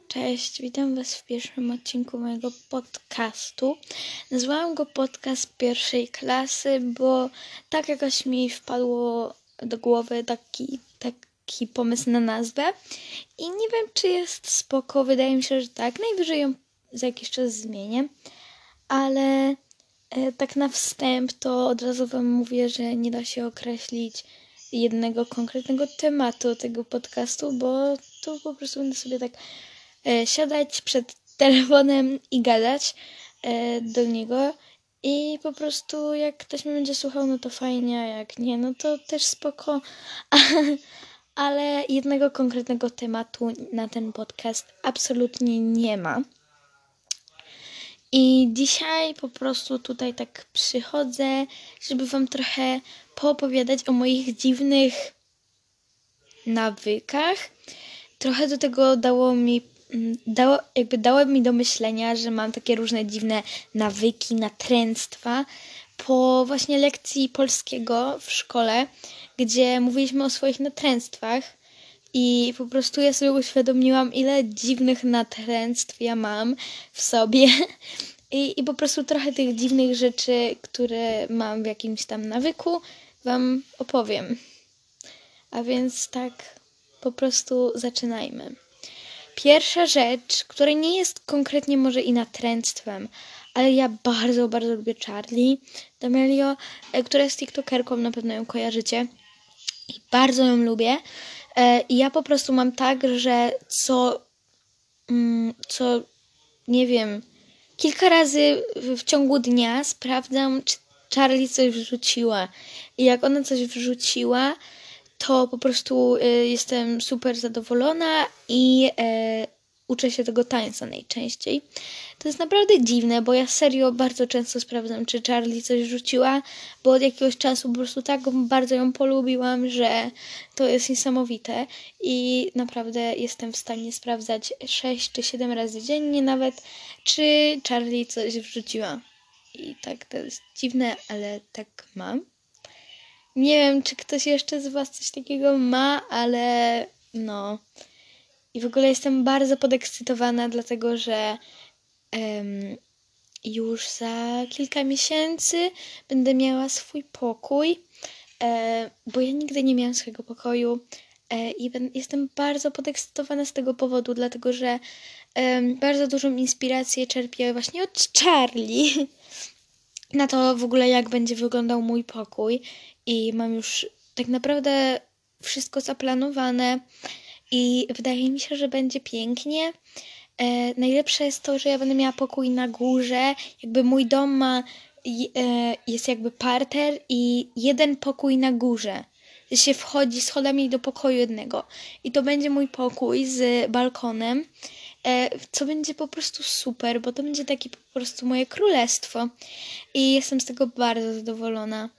Cześć, witam Was w pierwszym odcinku mojego podcastu. Nazwałam go podcast pierwszej klasy, bo tak jakoś mi wpadło do głowy taki pomysł na nazwę. I nie wiem, czy jest spoko, wydaje mi się, że tak. Najwyżej ją za jakiś czas zmienię, ale tak na wstęp to od razu Wam mówię, że nie da się określić jednego konkretnego tematu tego podcastu, bo to po prostu będę sobie tak siadać przed telefonem i gadać do niego i po prostu jak ktoś mnie będzie słuchał, no to fajnie, a jak nie, no to też spoko. Ale jednego konkretnego tematu na ten podcast absolutnie nie ma. I dzisiaj po prostu tutaj tak przychodzę, żeby Wam trochę poopowiadać o moich dziwnych nawykach. Trochę do tego dało mi do myślenia, że mam takie różne dziwne nawyki, natręctwa. Po właśnie lekcji polskiego w szkole, gdzie mówiliśmy o swoich natręctwach i po prostu ja sobie uświadomiłam, ile dziwnych natręctw ja mam w sobie. I po prostu trochę tych dziwnych rzeczy, które mam w jakimś tam nawyku, Wam opowiem. A więc tak, po prostu zaczynajmy. Pierwsza rzecz, która nie jest konkretnie może i natręctwem, ale ja bardzo, bardzo lubię Charli D'Amelio, która jest tiktokerką, na pewno ją kojarzycie. I bardzo ją lubię. I ja po prostu mam tak, że nie wiem, kilka razy w ciągu dnia sprawdzam, czy Charli coś wrzuciła. I jak ona coś wrzuciła, to po prostu jestem super zadowolona i uczę się tego tańca najczęściej. To jest naprawdę dziwne, bo ja serio bardzo często sprawdzam, czy Charli coś rzuciła, bo od jakiegoś czasu po prostu tak bardzo ją polubiłam, że to jest niesamowite i naprawdę jestem w stanie sprawdzać 6 czy 7 razy dziennie nawet, czy Charli coś wrzuciła. I tak, to jest dziwne, ale tak mam. Nie wiem, czy ktoś jeszcze z Was coś takiego ma, ale no. I w ogóle jestem bardzo podekscytowana, dlatego że już za kilka miesięcy będę miała swój pokój, bo ja nigdy nie miałam swojego pokoju i jestem bardzo podekscytowana z tego powodu, dlatego że bardzo dużą inspirację czerpię właśnie od Charli na to w ogóle, jak będzie wyglądał mój pokój i mam już tak naprawdę wszystko zaplanowane i wydaje mi się, że będzie pięknie. Najlepsze jest to, że ja będę miała pokój na górze, jakby mój dom jest jakby parter i jeden pokój na górze. Się wchodzi schodami do pokoju jednego i to będzie mój pokój z balkonem, co będzie po prostu super, bo to będzie takie po prostu moje królestwo i jestem z tego bardzo zadowolona.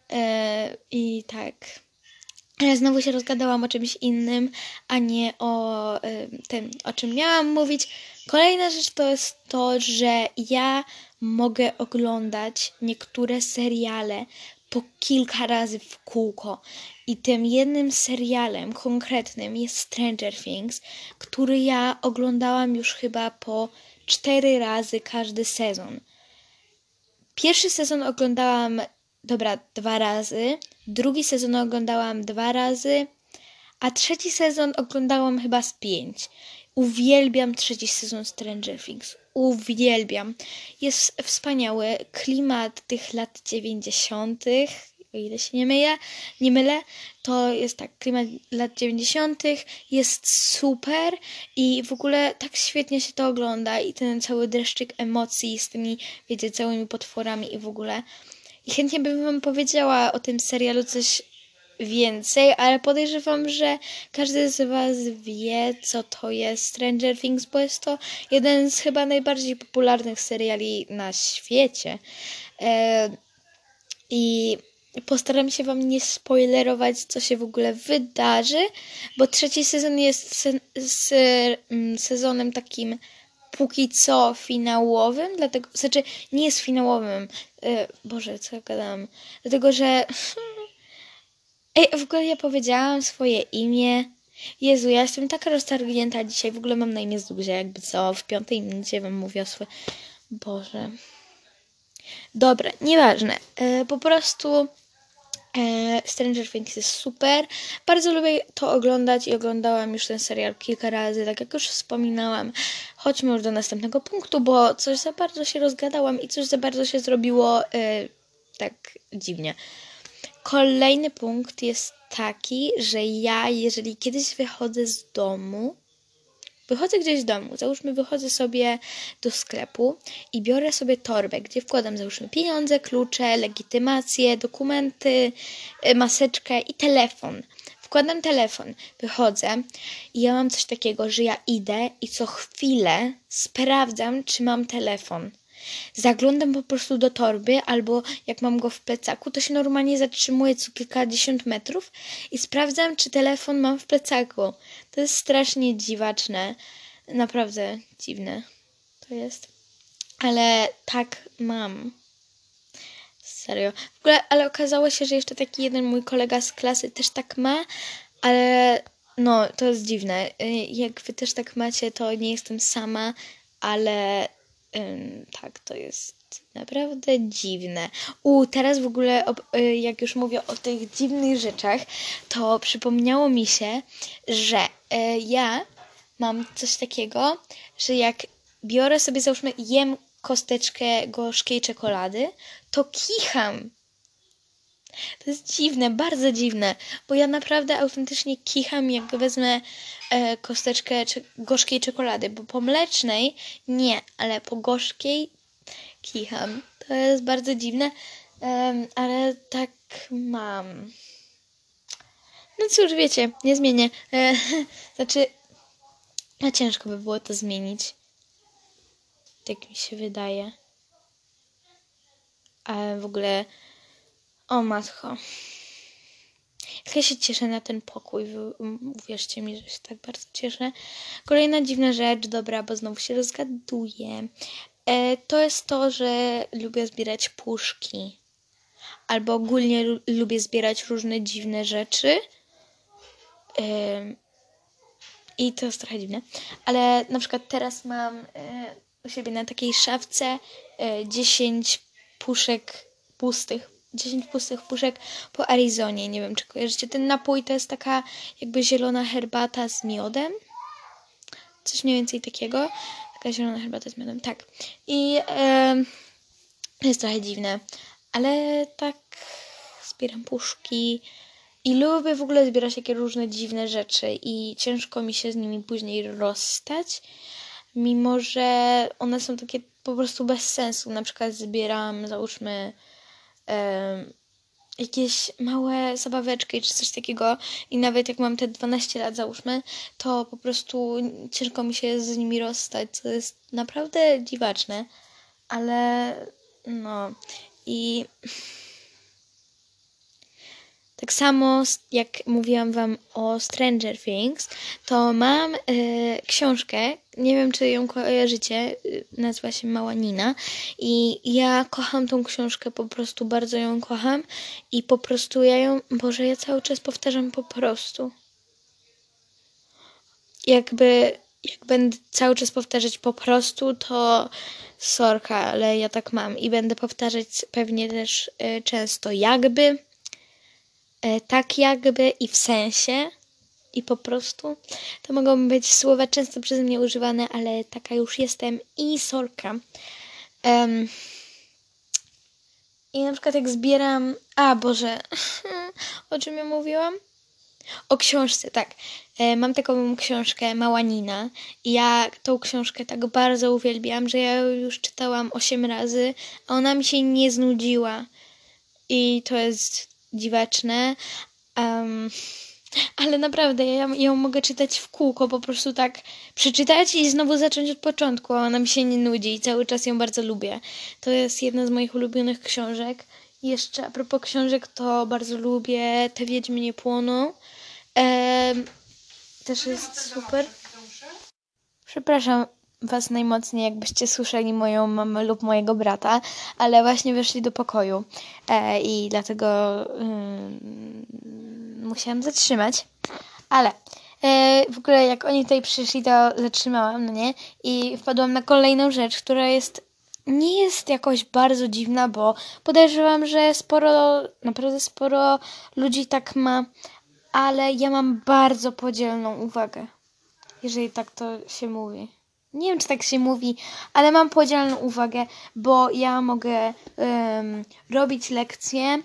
I tak. Ja znowu się rozgadałam o czymś innym, a nie o tym, o czym miałam mówić. Kolejna rzecz to jest to, że ja mogę oglądać niektóre seriale po kilka razy w kółko. I tym jednym serialem konkretnym jest Stranger Things, który ja oglądałam już chyba po 4 razy każdy sezon. Pierwszy sezon oglądałam 2 razy, drugi sezon oglądałam 2 razy, a trzeci sezon oglądałam chyba z 5. Uwielbiam trzeci sezon Stranger Things. Uwielbiam. Jest wspaniały. Klimat tych lat 90., o ile się nie mylę, to jest tak, klimat lat 90. jest super i w ogóle tak świetnie się to ogląda i ten cały dreszczyk emocji z tymi, wiecie, całymi potworami i w ogóle. I chętnie bym Wam powiedziała o tym serialu coś więcej, ale podejrzewam, że każdy z Was wie, co to jest Stranger Things, bo jest to jeden z chyba najbardziej popularnych seriali na świecie. I postaram się Wam nie spoilerować, co się w ogóle wydarzy, bo trzeci sezon jest sezonem takim póki co finałowym, dlatego, znaczy nie jest finałowym, Boże, co ja gadam, dlatego, że w ogóle ja powiedziałam swoje imię Jezu, ja jestem taka roztargnięta dzisiaj. W ogóle mam na imię Zuzia, jakby co. W 5 minucie wam mówię o swoim... Boże. Dobra, nieważne. Po prostu Stranger Things jest super. Bardzo lubię to oglądać i oglądałam już ten serial kilka razy, tak jak już wspominałam. Chodźmy już do następnego punktu, bo coś za bardzo się rozgadałam i coś za bardzo się zrobiło tak dziwnie. Kolejny punkt jest taki, że ja, jeżeli kiedyś wychodzę gdzieś z domu, załóżmy wychodzę sobie do sklepu i biorę sobie torbę, gdzie wkładam załóżmy pieniądze, klucze, legitymację, dokumenty, maseczkę i telefon. Wkładam telefon, wychodzę i ja mam coś takiego, że ja idę i co chwilę sprawdzam, czy mam telefon. Zaglądam po prostu do torby, albo jak mam go w plecaku, to się normalnie zatrzymuję co kilkadziesiąt metrów i sprawdzam, czy telefon mam w plecaku. To jest strasznie dziwaczne. Naprawdę dziwne to jest. Ale tak mam. Serio. W ogóle, ale okazało się, że jeszcze taki jeden mój kolega z klasy też tak ma, ale no, to jest dziwne. Jak wy też tak macie, to nie jestem sama, ale tak, to jest naprawdę dziwne. Teraz w ogóle, jak już mówię o tych dziwnych rzeczach, to przypomniało mi się, że ja mam coś takiego, że jak biorę sobie, załóżmy, jem kosteczkę gorzkiej czekolady, to kicham. To jest dziwne, bardzo dziwne, bo ja naprawdę autentycznie kicham, jak wezmę kosteczkę gorzkiej czekolady, bo po mlecznej nie, ale po gorzkiej kicham. To jest bardzo dziwne, ale tak mam. No cóż, wiecie, nie zmienię. Znaczy, no ciężko by było to zmienić. Tak mi się wydaje. Ale w ogóle... O matko. Jak ja się cieszę na ten pokój. Uwierzcie mi, że się tak bardzo cieszę. Kolejna dziwna rzecz, dobra, bo znowu się rozgaduję. To jest to, że lubię zbierać puszki. Albo ogólnie lubię zbierać różne dziwne rzeczy. I to jest trochę dziwne. Ale na przykład teraz mam u siebie na takiej szafce 10 puszek pustych. 10 pustych puszek po Arizonie. Nie wiem, czy kojarzycie. Ten napój to jest taka jakby zielona herbata z miodem. Coś mniej więcej takiego. Taka zielona herbata z miodem, tak. I jest trochę dziwne. Ale tak zbieram puszki i lubię w ogóle zbierać takie różne dziwne rzeczy i ciężko mi się z nimi później rozstać, mimo że one są takie po prostu bez sensu. Na przykład zbieram, załóżmy, jakieś małe zabaweczki czy coś takiego i nawet jak mam te 12 lat, załóżmy, to po prostu ciężko mi się z nimi rozstać, co jest naprawdę dziwaczne, ale no i tak samo jak mówiłam wam o Stranger Things, to mam książkę, nie wiem czy ją kojarzycie, nazywa się Mała Nina i ja kocham tą książkę, po prostu bardzo ją kocham i po prostu ja cały czas powtarzam po prostu. Jak będę cały czas powtarzać po prostu, to sorka, ale ja tak mam i będę powtarzać pewnie też często jakby, tak jakby i w sensie i po prostu. To mogą być słowa często przez mnie używane, ale taka już jestem i sorka. I na przykład jak zbieram... Boże, o czym ja mówiłam? O książce, tak. Mam taką książkę Mała Nina i ja tą książkę tak bardzo uwielbiam, że ja ją już czytałam 8 razy, a ona mi się nie znudziła. I to jest dziwaczne. Ale naprawdę, ja ją mogę czytać w kółko, po prostu tak przeczytać i znowu zacząć od początku, a ona mi się nie nudzi i cały czas ją bardzo lubię. To jest jedna z moich ulubionych książek. I jeszcze a propos książek, to bardzo lubię Te Wiedźmy nie płoną. Też jest super. Przepraszam was najmocniej, jakbyście słyszeli moją mamę lub mojego brata, ale właśnie weszli do pokoju i dlatego musiałam zatrzymać. Ale W ogóle jak oni tutaj przyszli, to zatrzymałam, no nie? I wpadłam na kolejną rzecz, która nie jest jakoś bardzo dziwna, bo podejrzewam, że naprawdę sporo ludzi tak ma, ale ja mam bardzo podzielną uwagę, jeżeli tak to się mówi. Nie wiem, czy tak się mówi, ale mam podzielną uwagę, bo ja mogę robić lekcje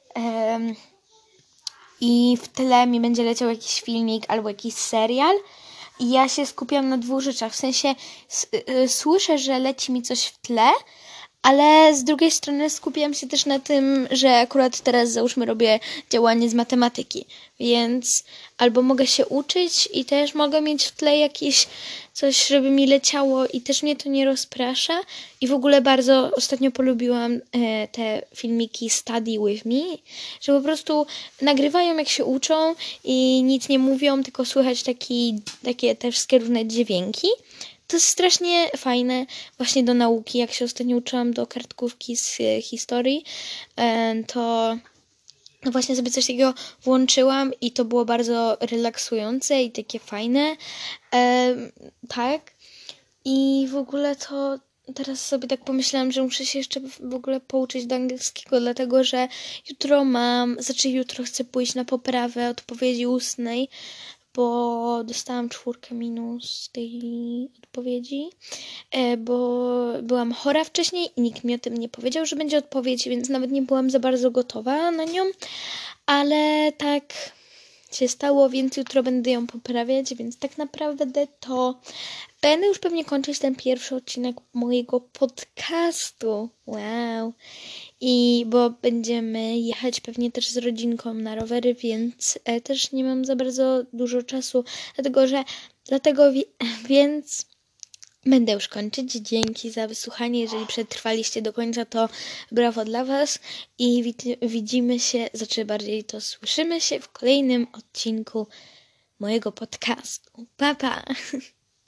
i w tle mi będzie leciał jakiś filmik albo jakiś serial i ja się skupiam na dwóch rzeczach. W sensie słyszę, że leci mi coś w tle, ale z drugiej strony skupiam się też na tym, że akurat teraz załóżmy robię działanie z matematyki, więc albo mogę się uczyć i też mogę mieć w tle jakieś coś, żeby mi leciało i też mnie to nie rozprasza. I w ogóle bardzo ostatnio polubiłam te filmiki Study With Me, że po prostu nagrywają jak się uczą i nic nie mówią, tylko słychać takie te wszystkie różne dźwięki. To jest strasznie fajne właśnie do nauki. Jak się ostatnio uczyłam do kartkówki z historii, to no właśnie sobie coś takiego włączyłam i to było bardzo relaksujące i takie fajne. Tak. I w ogóle to teraz sobie tak pomyślałam, że muszę się jeszcze w ogóle pouczyć do angielskiego, dlatego że jutro chcę pójść na poprawę odpowiedzi ustnej, bo dostałam 4 minus z tej odpowiedzi, bo byłam chora wcześniej i nikt mi o tym nie powiedział, że będzie odpowiedź, więc nawet nie byłam za bardzo gotowa na nią, ale tak się stało, więc jutro będę ją poprawiać, więc tak naprawdę to będę już pewnie kończyć ten pierwszy odcinek mojego podcastu. Wow. I bo będziemy jechać pewnie też z rodzinką na rowery, więc też nie mam za bardzo dużo czasu, więc będę już kończyć. Dzięki za wysłuchanie. Jeżeli przetrwaliście do końca, to brawo dla Was i widzimy się, bardziej to słyszymy się w kolejnym odcinku mojego podcastu. Pa, pa!